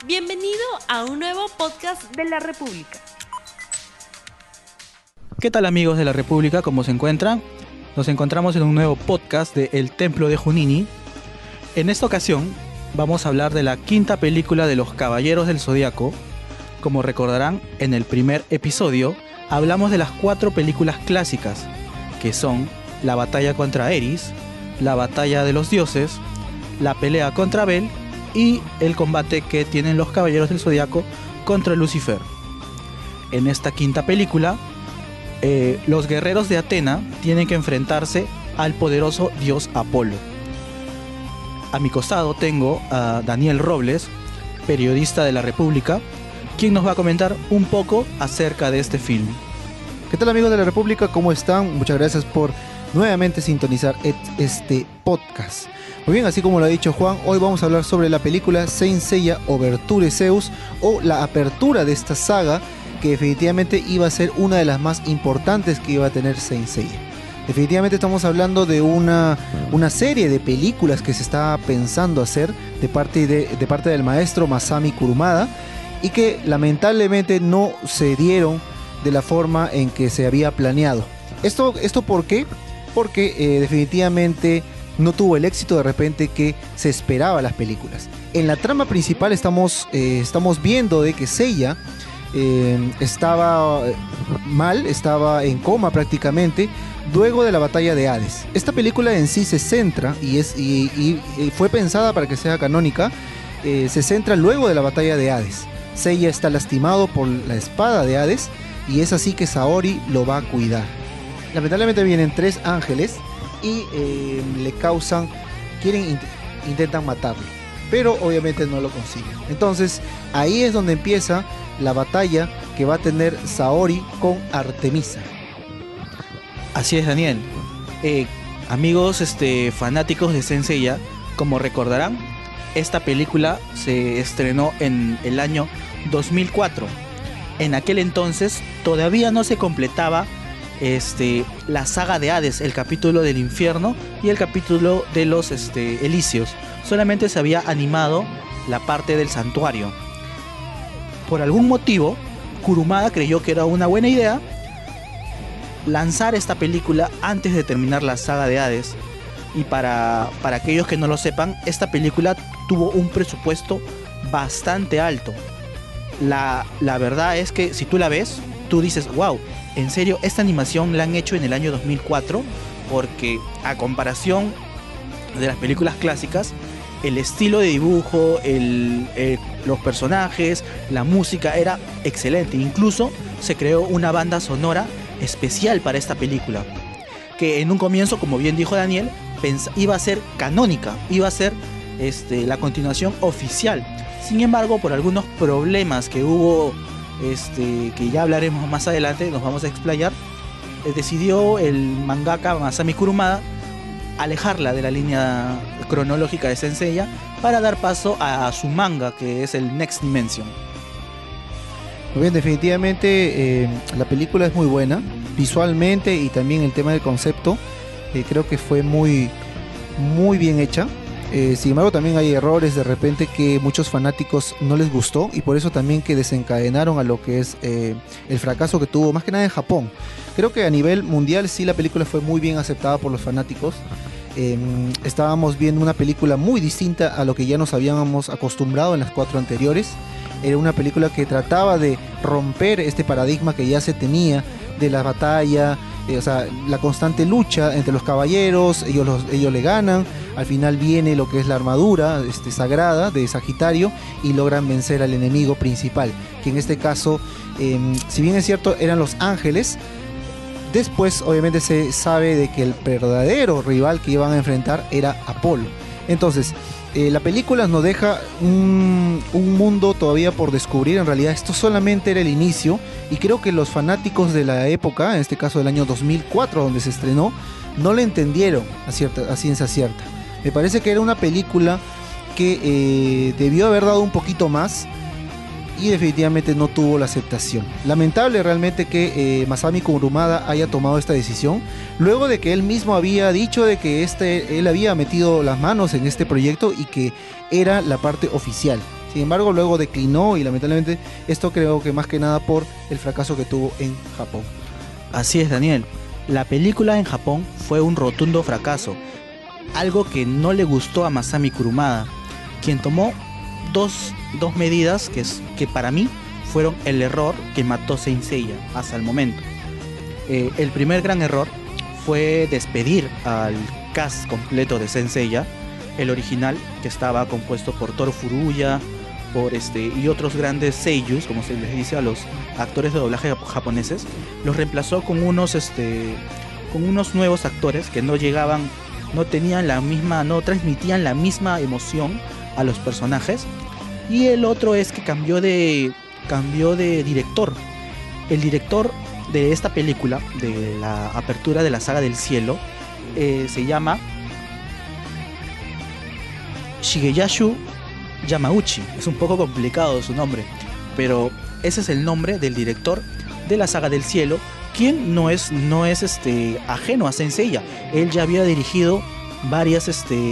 Bienvenido a un nuevo podcast de la República. ¿Qué tal, amigos de la República? ¿Cómo se encuentran? Nos encontramos en un nuevo podcast de El Templo de Junini. En esta ocasión vamos a hablar de la quinta película de los Caballeros del Zodiaco. Como recordarán, en el primer episodio hablamos de las 4 películas clásicas, que son la batalla contra Eris, la batalla de los dioses, la pelea contra Bel y el combate que tienen los Caballeros del Zodiaco contra Lucifer. En esta quinta película, los guerreros de Atena tienen que enfrentarse al poderoso dios Apolo. A mi costado tengo a Daniel Robles, periodista de la República, quien nos va a comentar un poco acerca de este film. ¿Qué tal, amigos de la República? ¿Cómo están? Muchas gracias por nuevamente sintonizar este podcast. Muy bien, así como lo ha dicho Juan, hoy vamos a hablar sobre la película Saint Seiya Overture Zeus, o la apertura de esta saga, que definitivamente iba a ser una de las más importantes que iba a tener Saint Seiya. Definitivamente estamos hablando de una serie de películas que se estaba pensando hacer de parte del maestro Masami Kurumada, y que lamentablemente no se dieron de la forma en que se había planeado. ¿Esto por qué? Porque definitivamente no tuvo el éxito de repente que se esperaba las películas. En la trama principal estamos viendo de que Seiya estaba mal, estaba en coma prácticamente luego de la batalla de Hades. Esta película en sí se centra y fue pensada para que sea canónica. Se centra luego de la batalla de Hades. Seiya está lastimado por la espada de Hades y es así que Saori lo va a cuidar. Lamentablemente vienen 3 ángeles y intentan matarlo, pero obviamente no lo consiguen. Entonces ahí es donde empieza la batalla que va a tener Saori con Artemisa. Así es, Daniel. Amigos fanáticos de Saint Seiya, como recordarán, esta película se estrenó en el año 2004. En aquel entonces todavía no se completaba la saga de Hades, el capítulo del infierno y el capítulo de los Elíseos. Solamente se había animado la parte del santuario. Por algún motivo, Kurumada creyó que era una buena idea lanzar esta película antes de terminar la saga de Hades. Y para aquellos que no lo sepan, esta película tuvo un presupuesto bastante alto. La verdad es que si tú la ves, tú dices, wow, en serio, esta animación la han hecho en el año 2004, porque a comparación de las películas clásicas, el estilo de dibujo, los personajes, la música era excelente. Incluso se creó una banda sonora especial para esta película, que en un comienzo, como bien dijo Daniel, iba a ser canónica, iba a ser la continuación oficial. Sin embargo, por algunos problemas que hubo, que ya hablaremos más adelante, nos vamos a explayar, decidió el mangaka Masami Kurumada alejarla de la línea cronológica de Saint Seiya para dar paso a su manga, que es el Next Dimension. Muy bien, definitivamente la película es muy buena visualmente, y también el tema del concepto creo que fue muy, muy bien hecha. Sin embargo, también hay errores de repente que muchos fanáticos no les gustó, y por eso también que desencadenaron a lo que es el fracaso que tuvo más que nada en Japón. Creo que a nivel mundial sí la película fue muy bien aceptada por los fanáticos. Estábamos viendo una película muy distinta a lo que ya nos habíamos acostumbrado en las 4 anteriores. Era una película que trataba de romper este paradigma que ya se tenía de la batalla, la constante lucha entre los caballeros. Ellos le ganan, al final viene lo que es la armadura sagrada de Sagitario, y logran vencer al enemigo principal, que en este caso, si bien es cierto, eran los ángeles. Después obviamente se sabe de que el verdadero rival que iban a enfrentar era Apolo. Entonces la película nos deja un mundo todavía por descubrir. En realidad esto solamente era el inicio, y creo que los fanáticos de la época, en este caso del año 2004 donde se estrenó, no la entendieron a ciencia cierta. Me parece que era una película que debió haber dado un poquito más, y definitivamente no tuvo la aceptación. Lamentable realmente que Masami Kurumada haya tomado esta decisión, luego de que él mismo había dicho de que él había metido las manos en este proyecto y que era la parte oficial. Sin embargo, luego declinó y lamentablemente esto creo que más que nada por el fracaso que tuvo en Japón. Así es, Daniel. La película en Japón fue un rotundo fracaso, algo que no le gustó a Masami Kurumada, quien tomó dos medidas que para mí fueron el error que mató Saint Seiya hasta el momento. El primer gran error fue despedir al cast completo de Saint Seiya, el original, que estaba compuesto por Toru Furuya, y otros grandes seiyus, como se les dice a los actores de doblaje japoneses. Los reemplazó con unos nuevos actores que no transmitían la misma emoción a los personajes. Y el otro es que cambió de director. El director de esta película, de la apertura de la saga del cielo, se llama Shigeyashu Yamauchi. Es un poco complicado su nombre, pero ese es el nombre del director de la saga del cielo, quien no es ajeno a Saint Seiya. Él ya había dirigido varias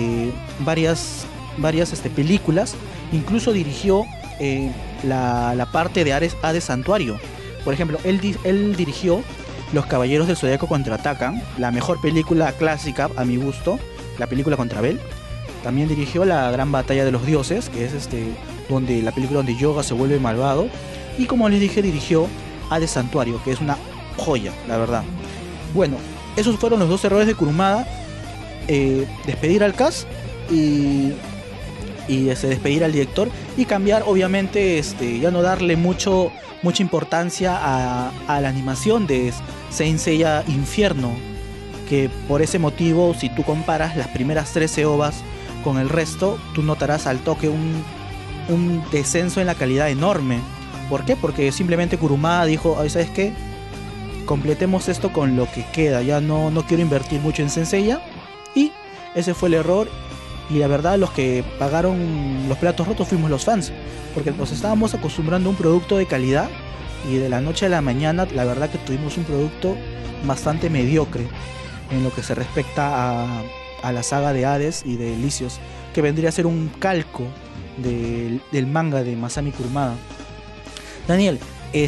películas, incluso dirigió la parte de Hades Santuario. Por ejemplo, él dirigió Los Caballeros del Zodiaco Contraatacan, la mejor película clásica a mi gusto, la película contra Bell. También dirigió La Gran Batalla de los Dioses, que es la película donde Yoga se vuelve malvado. Y como les dije, dirigió Hades Santuario, que es una joya, la verdad. Bueno, esos fueron los dos errores de Kurumada: despedir al cast y despedir al director, y cambiar, obviamente, ya no darle mucha importancia a la animación de Saint Seiya Infierno, que por ese motivo, si tú comparas las primeras 13 OVAs con el resto, tú notarás al toque un descenso en la calidad enorme. ¿Por qué? Porque simplemente Kurumada dijo: ¿sabes qué? Completemos esto con lo que queda, ya no quiero invertir mucho en Saint Seiya. Y ese fue el error, y la verdad los que pagaron los platos rotos fuimos los fans, porque nos estábamos acostumbrando a un producto de calidad, y de la noche a la mañana la verdad que tuvimos un producto bastante mediocre en lo que se respecta a la saga de Hades y de Elysios, que vendría a ser un calco del manga de Masami Kurumada. Daniel,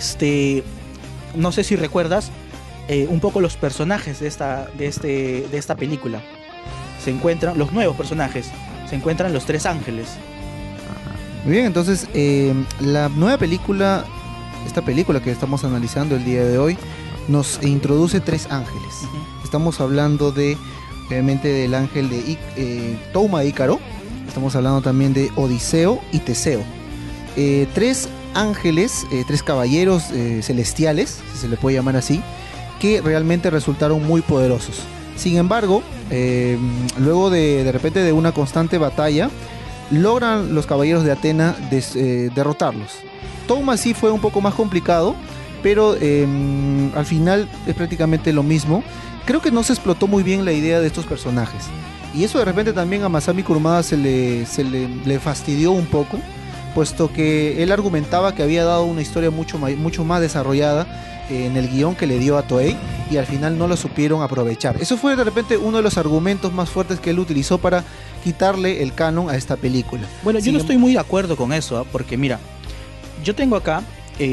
no sé si recuerdas un poco los personajes de esta película. Los nuevos personajes. Se encuentran los tres ángeles. Muy bien, entonces la nueva película, esta película que estamos analizando el día de hoy, nos introduce tres ángeles. Estamos hablando obviamente del ángel de Touma e Ícaro. Estamos hablando también de Odiseo y Teseo. Tres ángeles, tres caballeros celestiales, si se le puede llamar así, que realmente resultaron muy poderosos. Sin embargo, luego de repente de una constante batalla, logran los caballeros de Atena derrotarlos. Touma sí fue un poco más complicado, pero al final es prácticamente lo mismo. Creo que no se explotó muy bien la idea de estos personajes, y eso de repente también a Masami Kurumada se le fastidió un poco, puesto que él argumentaba que había dado una historia mucho más desarrollada en el guión que le dio a Toei, y al final no lo supieron aprovechar. Eso fue de repente uno de los argumentos más fuertes que él utilizó para quitarle el canon a esta película. Bueno, yo no estoy muy de acuerdo con eso, porque mira, yo tengo acá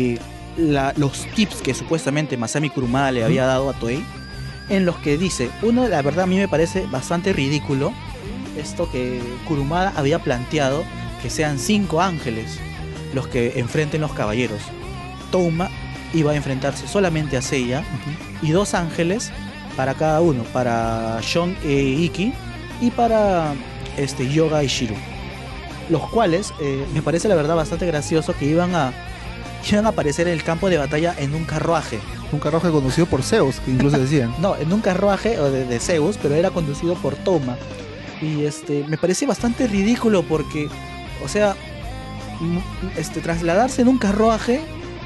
los tips que supuestamente Masami Kurumada le había dado a Toei, en los que dice, la verdad a mí me parece bastante ridículo esto que Kurumada había planteado, que sean 5 ángeles los que enfrenten los caballeros. Touma iba a enfrentarse solamente a Seiya, y 2 ángeles para cada uno, para Shon e Ikki y para Yoga y Shiro, los cuales me parece la verdad bastante gracioso que iban a aparecer en el campo de batalla en un carruaje. Un carruaje conducido por Zeus, que incluso decían. No, en un carruaje de Zeus, pero era conducido por Touma. Y me parece bastante ridículo porque, o sea, trasladarse en un carruaje,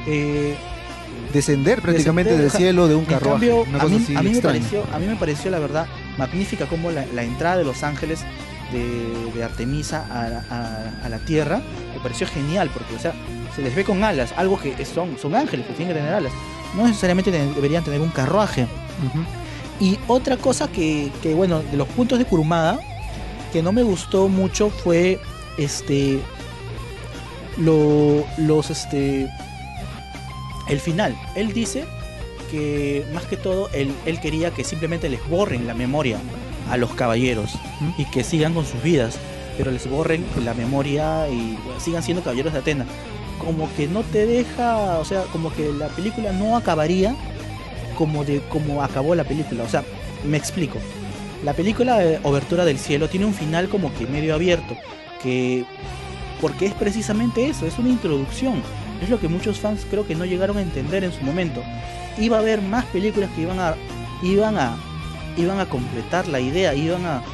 descender prácticamente del cielo de un carruaje. En cambio, a mí me pareció la verdad magnífica como la entrada de los ángeles de Artemisa a la tierra. Me pareció genial porque, o sea, se les ve con alas, algo que son ángeles que tienen que tener alas. No necesariamente deberían tener un carruaje. Y otra cosa que bueno, de los puntos de Kurumada que no me gustó mucho fue el final. Él dice que más que todo él quería que simplemente les borren la memoria a los caballeros y que sigan con sus vidas, pero les borren la memoria y sigan siendo caballeros de Atena. Como que no te deja, o sea, como que la película no acabaría como acabó la película. O sea, me explico. La película Obertura del Cielo tiene un final como que medio abierto, porque es precisamente eso, es una introducción. Es lo que muchos fans creo que no llegaron a entender en su momento. Iba a haber más películas que iban a completar la idea, iban a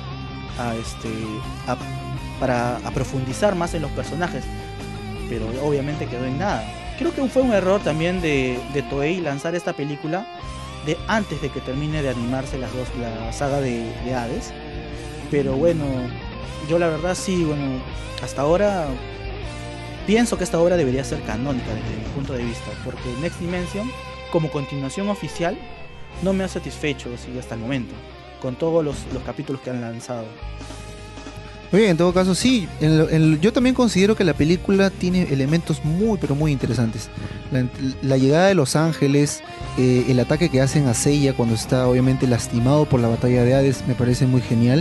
profundizar más en los personajes, pero obviamente quedó en nada. Creo que fue un error también de Toei lanzar esta película antes de que termine de animarse la saga de Hades. Pero bueno, yo la verdad sí, bueno, hasta ahora pienso que esta obra debería ser canónica desde mi punto de vista, porque Next Dimension, como continuación oficial, no me ha satisfecho hasta el momento, con todos los capítulos que han lanzado. Muy bien, en todo caso sí, yo también considero que la película tiene elementos muy pero muy interesantes. La llegada de los ángeles, el ataque que hacen a Seiya cuando está obviamente lastimado por la batalla de Hades, me parece muy genial.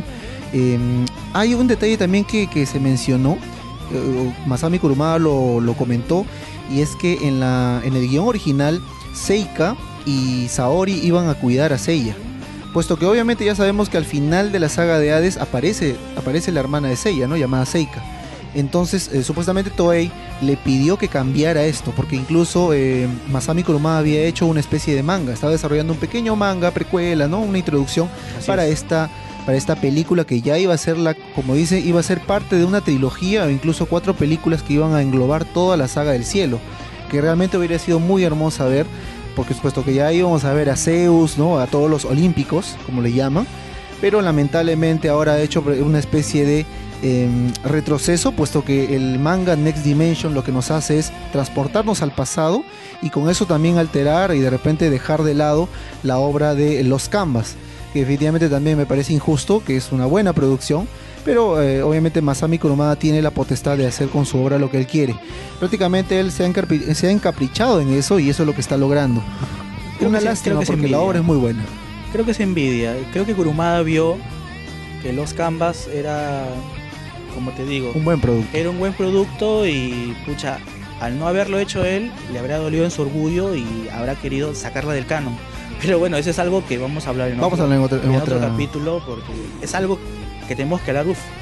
Hay un detalle también que se mencionó, Masami Kurumada lo comentó, y es que en el guión original Seika y Saori iban a cuidar a Seiya, puesto que obviamente ya sabemos que al final de la saga de Hades aparece la hermana de Seiya, ¿no? Llamada Seika. Entonces supuestamente Toei le pidió que cambiara esto, porque incluso Masami Kurumada había hecho una especie de manga, estaba desarrollando un pequeño manga precuela, ¿no? Una introducción para esta película que ya iba a ser como dice, iba a ser parte de una trilogía o incluso 4 películas que iban a englobar toda la saga del cielo, que realmente hubiera sido muy hermosa ver, porque supuesto que ya íbamos a ver a Zeus, ¿no? A todos los olímpicos, como le llaman, pero lamentablemente ahora ha hecho una especie de retroceso, puesto que el manga Next Dimension lo que nos hace es transportarnos al pasado y con eso también alterar y de repente dejar de lado la obra de Los Canvas, que definitivamente también me parece injusto, que es una buena producción, pero obviamente Masami Kurumada tiene la potestad de hacer con su obra lo que él quiere. Prácticamente él se ha encaprichado en eso y eso es lo que está logrando. Es una lástima porque la obra es muy buena. Creo que es envidia. Creo que Kurumada vio que Los Canvas era, como te digo, un buen producto. Era un buen producto y pucha, al no haberlo hecho él, le habrá dolido en su orgullo y habrá querido sacarla del canon. Pero bueno, eso es algo que vamos a hablar en otro capítulo, porque es algo que tenemos que hablar,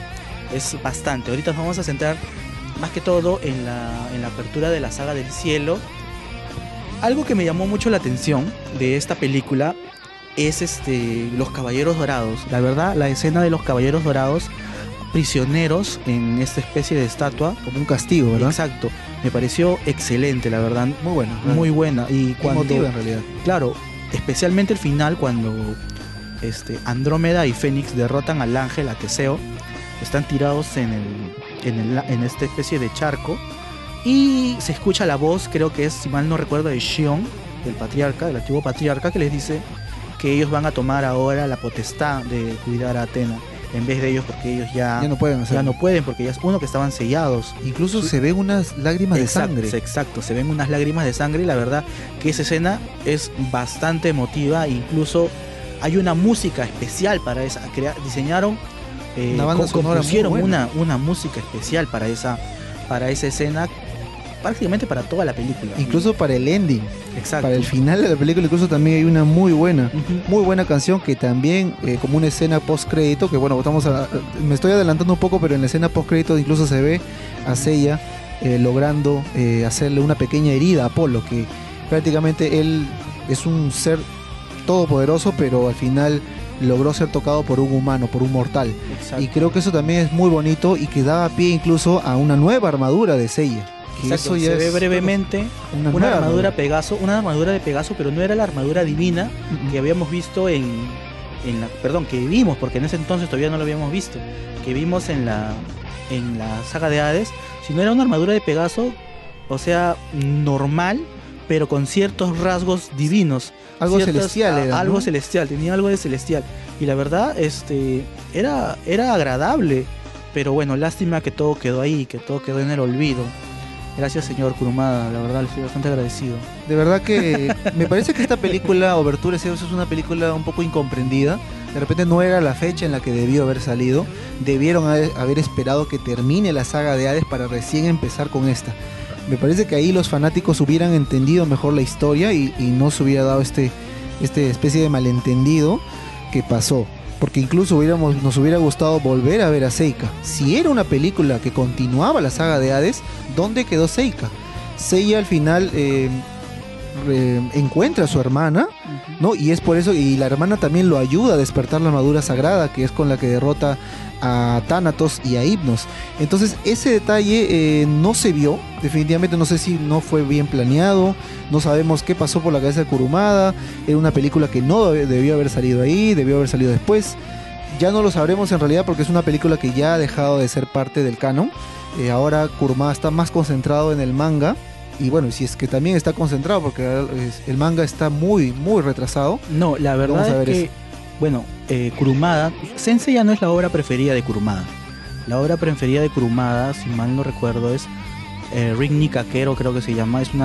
es bastante. Ahorita nos vamos a centrar más que todo en la apertura de la saga del cielo. Algo que me llamó mucho la atención de esta película es los caballeros dorados. La verdad, la escena de los caballeros dorados prisioneros en esta especie de estatua, como un castigo, ¿verdad? Exacto, me pareció excelente, la verdad, muy buena, muy buena. Y cuando, emotiva en realidad. Claro, especialmente el final cuando Andrómeda y Fénix derrotan al ángel, a Teseo, están tirados en esta especie de charco y se escucha la voz, creo que es, si mal no recuerdo, de Shion, del antiguo patriarca, que les dice que ellos van a tomar ahora la potestad de cuidar a Atena en vez de ellos, porque ellos ya no pueden hacerlo. Ya no pueden, porque ya es uno que estaban sellados. Incluso se ven unas lágrimas de sangre. Exacto, se ven unas lágrimas de sangre y la verdad que esa escena es bastante emotiva. Incluso hay una música especial para esa, diseñaron, una banda sonora compusieron una música especial para esa escena, prácticamente para toda la película. Incluso para el ending. Exacto. Para el final de la película incluso también hay una muy buena canción que también como una escena post crédito, que bueno, me estoy adelantando un poco, pero en la escena post crédito incluso se ve a Seiya logrando hacerle una pequeña herida a Apolo, que prácticamente él es un ser todopoderoso, pero al final logró ser tocado por un humano, por un mortal. Exacto. Y creo que eso también es muy bonito y que daba pie incluso a una nueva armadura de Seiya. Exacto, se ve brevemente una armadura de Pegaso, pero no era la armadura divina que habíamos visto que vimos, porque en ese entonces todavía no lo habíamos visto, que vimos en la saga de Hades, sino era una armadura de Pegaso, o sea, normal, pero con ciertos rasgos divinos, algo celestial, algo celestial, tenía algo de celestial, y la verdad era agradable, pero bueno, lástima que todo quedó ahí, que todo quedó en el olvido. Gracias, señor Kurumada, la verdad le estoy bastante agradecido. De verdad que me parece que esta película, Overture Zeus, es una película un poco incomprendida. De repente no era la fecha en la que debió haber salido. Debieron haber esperado que termine la saga de Hades para recién empezar con esta. Me parece que ahí los fanáticos hubieran entendido mejor la historia y no se hubiera dado este especie de malentendido que pasó. Porque incluso nos hubiera gustado volver a ver a Seika. Si era una película que continuaba la saga de Hades, ¿dónde quedó Seika? Seiya al final encuentra a su hermana, ¿no? Y es por eso, y la hermana también lo ayuda a despertar la armadura sagrada, que es con la que derrota a Thanatos y a Hypnos. Entonces ese detalle no se vio, definitivamente. No sé si no fue bien planeado, no sabemos qué pasó por la cabeza de Kurumada. Era una película que no debió haber salido ahí, debió haber salido después. Ya no lo sabremos en realidad, porque es una película que ya ha dejado de ser parte del canon. Ahora Kurumada está más concentrado en el manga. Y bueno, si es que también está concentrado, porque el manga está muy, muy retrasado. No, la verdad es que eso. Bueno, Kurumada, Sensei ya no es la obra preferida de Kurumada. La obra preferida de Kurumada, si mal no recuerdo, es Ring Kakero, creo que se llama. Es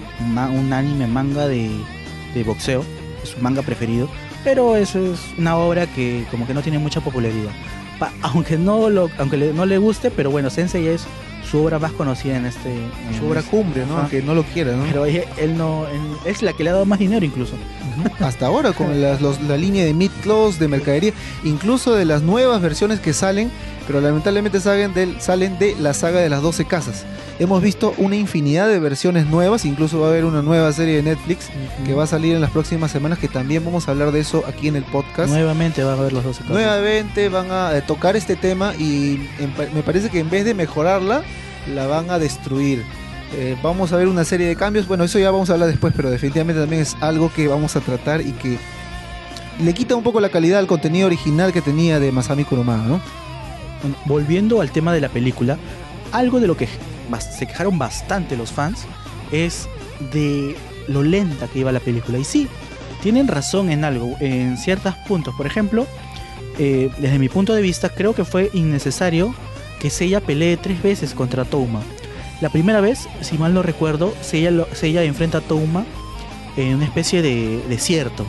un anime manga de boxeo. Es su manga preferido. Pero eso es una obra que como que no tiene mucha popularidad. Aunque no le guste, pero bueno, Sensei es su obra más conocida en su obra cumbre, ¿no? Aunque no lo quiera, ¿no? Pero él es la que le ha dado más dinero incluso. Hasta ahora, con la línea de Mid-Close, de mercadería, incluso de las nuevas versiones que salen, pero lamentablemente salen de la saga de las 12 casas. Hemos visto una infinidad de versiones nuevas, incluso va a haber una nueva serie de Netflix que va a salir en las próximas semanas, que también vamos a hablar de eso aquí en el podcast. Nuevamente va a haber las 12 casas. Nuevamente van a tocar este tema y me parece que en vez de mejorarla, la van a destruir. Vamos a ver una serie de cambios. Bueno, eso ya vamos a hablar después, pero definitivamente también es algo que vamos a tratar y que le quita un poco la calidad al contenido original que tenía de Masami Kurumada, ¿no? Bueno, volviendo al tema de la película, algo de lo que se quejaron bastante los fans es de lo lenta que iba la película. Y sí, tienen razón en algo, en ciertos puntos. Por ejemplo, desde mi punto de vista, creo que fue innecesario que Seiya pelee 3 veces contra Touma. La primera vez, si mal no recuerdo, Seiya enfrenta a Touma en una especie de desierto.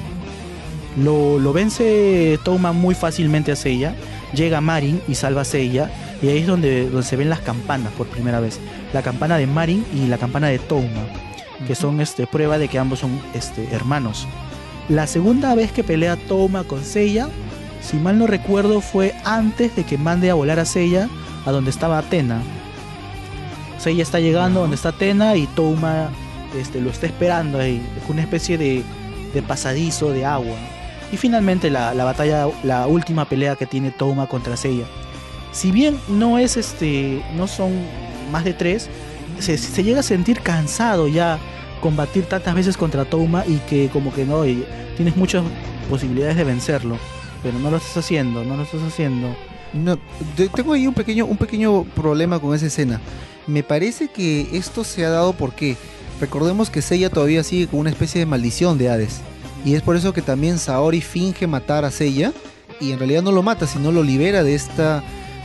Lo vence Touma muy fácilmente a Seiya. Llega Marin y salva a Seiya. Y ahí es donde se ven las campanas por primera vez. La campana de Marin y la campana de Touma, que son prueba de que ambos son hermanos. La segunda vez que pelea Touma con Seiya, si mal no recuerdo, fue antes de que mande a volar a Seiya a donde estaba Athena. Seiya está llegando donde está Athena y Touma lo está esperando ahí, con una especie de pasadizo de agua. Y finalmente la batalla, la última pelea que tiene Touma contra Seiya. Si bien no son más de 3, se llega a sentir cansado ya combatir tantas veces contra Touma, y que como que no, tienes muchas posibilidades de vencerlo, pero no lo estás haciendo. No, tengo ahí un pequeño problema con esa escena. Me parece que esto se ha dado porque recordemos que Seiya todavía sigue con una especie de maldición de Hades, y es por eso que también Saori finge matar a Seiya, y en realidad no lo mata, sino lo libera de esta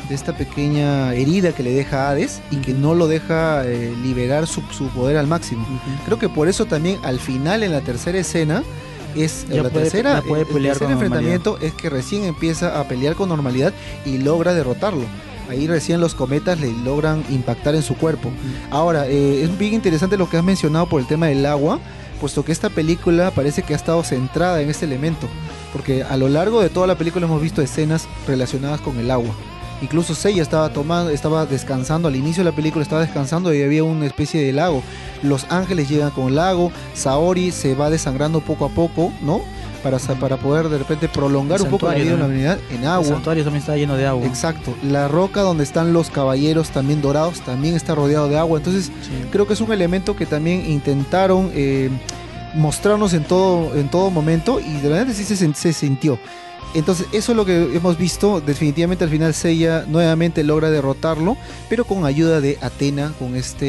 pequeña herida que le deja a Hades, y que no lo deja liberar su poder al máximo. Creo que por eso también al final, en la tercera escena, el tercer enfrentamiento es que recién empieza a pelear con normalidad y logra derrotarlo. Ahí recién los cometas le logran impactar en su cuerpo. Ahora, es bien interesante lo que has mencionado por el tema del agua, puesto que esta película parece que ha estado centrada en este elemento, porque a lo largo de toda la película hemos visto escenas relacionadas con el agua. Incluso Seiya estaba descansando al inicio de la película, estaba descansando y había una especie de lago. Los ángeles llegan con el lago, Saori se va desangrando poco a poco, ¿no? Para poder de repente prolongar un poco la vida de la humanidad en agua. El santuario también está lleno de agua. Exacto. La roca donde están los caballeros también dorados también está rodeado de agua. Entonces creo que es un elemento que también intentaron mostrarnos en todo momento, y de verdad sí se sintió. Entonces eso es lo que hemos visto. Definitivamente al final Seiya nuevamente logra derrotarlo, pero con ayuda de Athena, con esta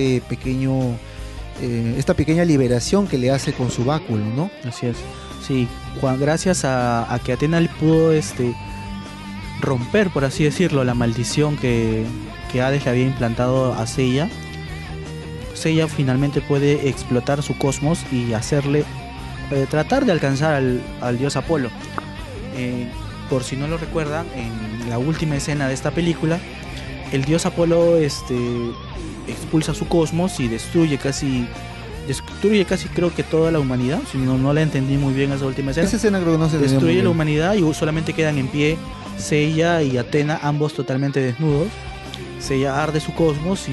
pequeña liberación que le hace con su báculo, ¿no? Así es. Sí, gracias a que Athena le pudo romper, por así decirlo, la maldición que Hades le había implantado a Seiya Seiya finalmente puede explotar su cosmos y hacerle tratar de alcanzar al dios Apolo. Por si no lo recuerdan, en la última escena de esta película, el dios Apolo expulsa su cosmos y destruye casi creo que toda la humanidad. Si no la entendí muy bien esa última escena. Esa escena creo que no se entendió muy Destruye la bien. humanidad y solamente quedan en pie Seiya y Athena, ambos totalmente desnudos. Seiya arde su cosmos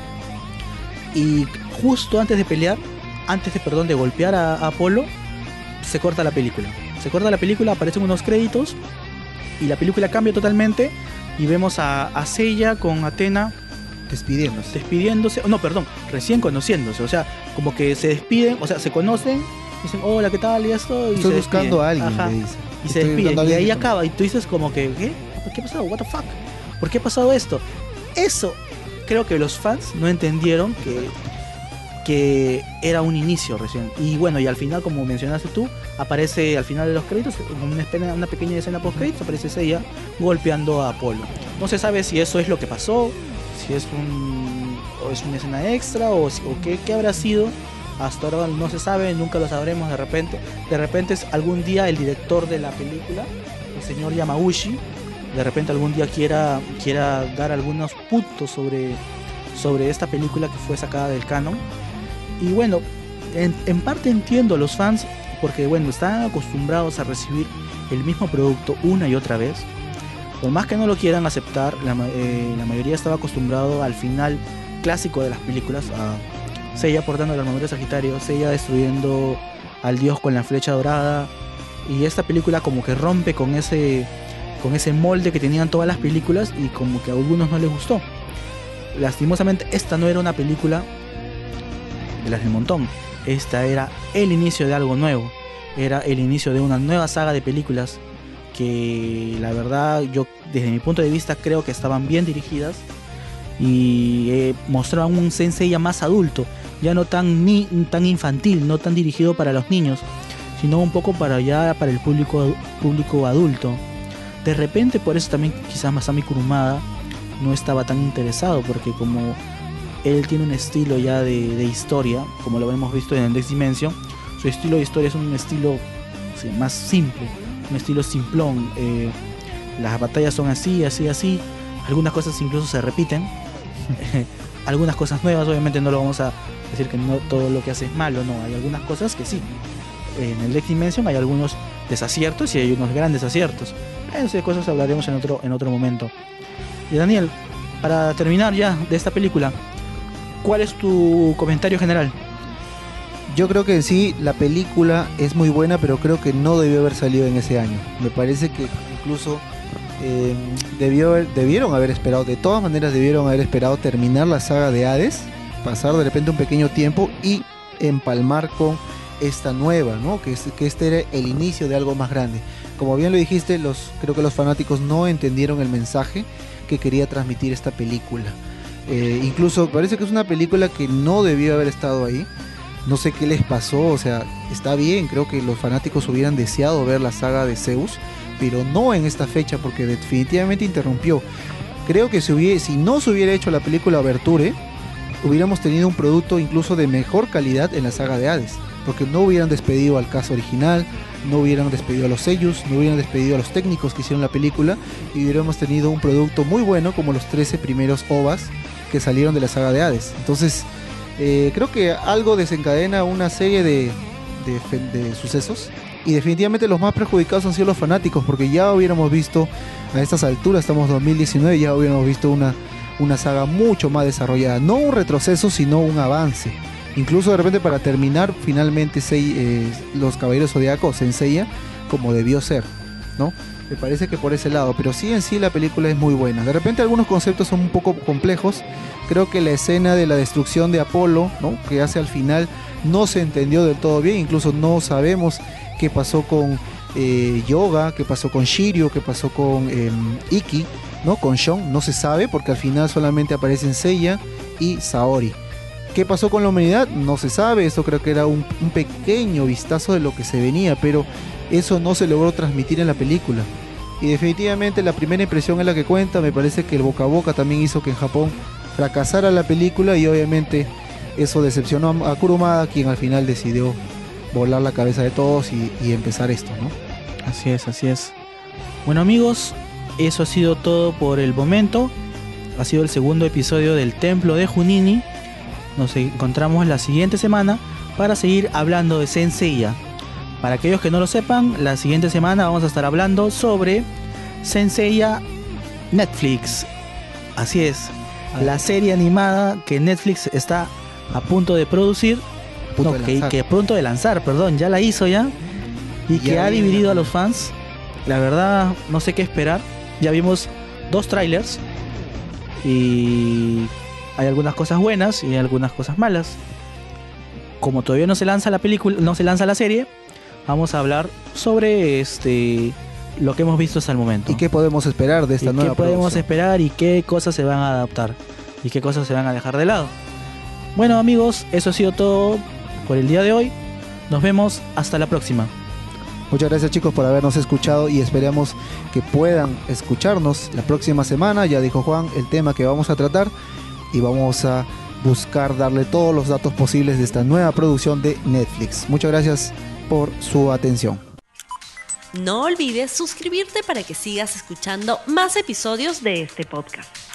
y justo antes de pelear, de golpear a Apolo, se corta la película. Aparecen unos créditos y la película cambia totalmente y vemos a Seiya con Athena despidiéndose, recién conociéndose, o sea, como que se despiden, o sea, se conocen, dicen hola, ¿qué tal? Y esto, y Estoy se buscando a alguien, Ajá. le dice. Y se Estoy despiden, buscando a y alguien ahí que- acaba, y tú dices como que, ¿qué ha pasado? What the fuck? ¿Por qué ha pasado esto? Eso, creo que los fans no entendieron que era un inicio recién. Y bueno, y al final, como mencionaste tú, aparece al final de los créditos, una pequeña escena post créditos, aparece Seiya golpeando a Apolo. No se sabe si eso es lo que pasó, si es una escena extra o qué habrá sido. Hasta ahora no se sabe, nunca lo sabremos. De repente es algún día el director de la película, el señor Yamauchi, de repente algún día quiera dar algunos puntos sobre esta película que fue sacada del canon. Y bueno, en parte entiendo a los fans, porque bueno, están acostumbrados a recibir el mismo producto una y otra vez. Por más que no lo quieran aceptar, la mayoría estaba acostumbrado al final clásico de las películas, a Seiya portando la armadura de Sagitario, Seiya destruyendo al dios con la flecha dorada, y esta película como que rompe con ese molde que tenían todas las películas y como que a algunos no les gustó. Lastimosamente esta no era una película de las del montón, esta era el inicio de algo nuevo, era el inicio de una nueva saga de películas que la verdad yo desde mi punto de vista creo que estaban bien dirigidas y mostraban un Senseiya más adulto, ya no tan infantil, no tan dirigido para los niños, sino un poco para el público adulto. De repente por eso también quizás Masami Kurumada no estaba tan interesado, porque como él tiene un estilo ya de historia, como lo hemos visto en el Next Dimension, su estilo de historia es un estilo más simple, un estilo simplón. Las batallas son así, algunas cosas incluso se repiten, algunas cosas nuevas, obviamente no lo vamos a decir que no todo lo que hace es malo, no, hay algunas cosas que sí. En el Next Dimension hay algunos desaciertos y hay unos grandes aciertos. Esas cosas hablaremos en otro momento. Y Daniel, para terminar ya de esta película, ¿cuál es tu comentario general? Yo creo que en sí la película es muy buena, pero creo que no debió haber salido en ese año. Me parece que incluso debieron haber esperado, de todas maneras debieron haber esperado terminar la saga de Hades, pasar de repente un pequeño tiempo y empalmar con esta nueva, ¿no? Que este era el inicio de algo más grande. Como bien lo dijiste, creo que los fanáticos no entendieron el mensaje que quería transmitir esta película. Incluso parece que es una película que no debió haber estado ahí. No sé qué les pasó, o sea, está bien, creo que los fanáticos hubieran deseado ver la saga de Zeus, pero no en esta fecha, porque definitivamente interrumpió. Creo que si no se hubiera hecho la película Overture, hubiéramos tenido un producto incluso de mejor calidad en la saga de Hades, porque no hubieran despedido al cast original, no hubieran despedido a los sellos, no hubieran despedido a los técnicos que hicieron la película, y hubiéramos tenido un producto muy bueno como los 13 primeros OVAs que salieron de la saga de Hades. Entonces creo que algo desencadena una serie de sucesos, y definitivamente los más perjudicados han sido los fanáticos, porque ya hubiéramos visto a estas alturas, estamos en 2019, ya hubiéramos visto una saga mucho más desarrollada, no un retroceso sino un avance. Incluso de repente para terminar finalmente los Caballeros Zodiacos en Seiya como debió ser, ¿no? Me parece que por ese lado, pero sí en sí la película es muy buena. De repente algunos conceptos son un poco complejos. Creo que la escena de la destrucción de Apolo, ¿no?, que hace al final, no se entendió del todo bien. Incluso no sabemos qué pasó con Yoga, qué pasó con Shiryu, qué pasó con Ikki, ¿no?, con Shon. No se sabe porque al final solamente aparecen Seiya y Saori. ¿Qué pasó con la humanidad? No se sabe. Esto creo que era un pequeño vistazo de lo que se venía, pero eso no se logró transmitir en la película. Y definitivamente la primera impresión es la que cuenta. Me parece que el boca a boca también hizo que en Japón fracasara la película, y obviamente eso decepcionó a Kurumada, quien al final decidió volar la cabeza de todos y empezar esto, ¿no? Así es, así es. Bueno, amigos, eso ha sido todo por el momento. Ha sido el segundo episodio del Templo de Junini. Nos encontramos la siguiente semana para seguir hablando de Saint Seiya. Para aquellos que no lo sepan, la siguiente semana vamos a estar hablando sobre Saint Seiya Netflix. Así es, la serie animada que Netflix está a punto de producir, que pronto de lanzar, perdón, ya la hizo ya, y que ha dividido a los fans. La verdad, no sé qué esperar. Ya vimos 2 trailers y hay algunas cosas buenas y algunas cosas malas. Como todavía no se lanza la película, no se lanza la serie, vamos a hablar sobre lo que hemos visto hasta el momento. ¿Y qué podemos esperar de esta nueva producción? ¿Qué podemos producción? esperar y qué cosas se van a adaptar? ¿Y qué cosas se van a dejar de lado? Bueno, amigos, eso ha sido todo por el día de hoy. Nos vemos hasta la próxima. Muchas gracias, chicos, por habernos escuchado y esperamos que puedan escucharnos la próxima semana. Ya dijo Juan el tema que vamos a tratar y vamos a buscar darle todos los datos posibles de esta nueva producción de Netflix. Muchas gracias por su atención. No olvides suscribirte para que sigas escuchando más episodios de este podcast.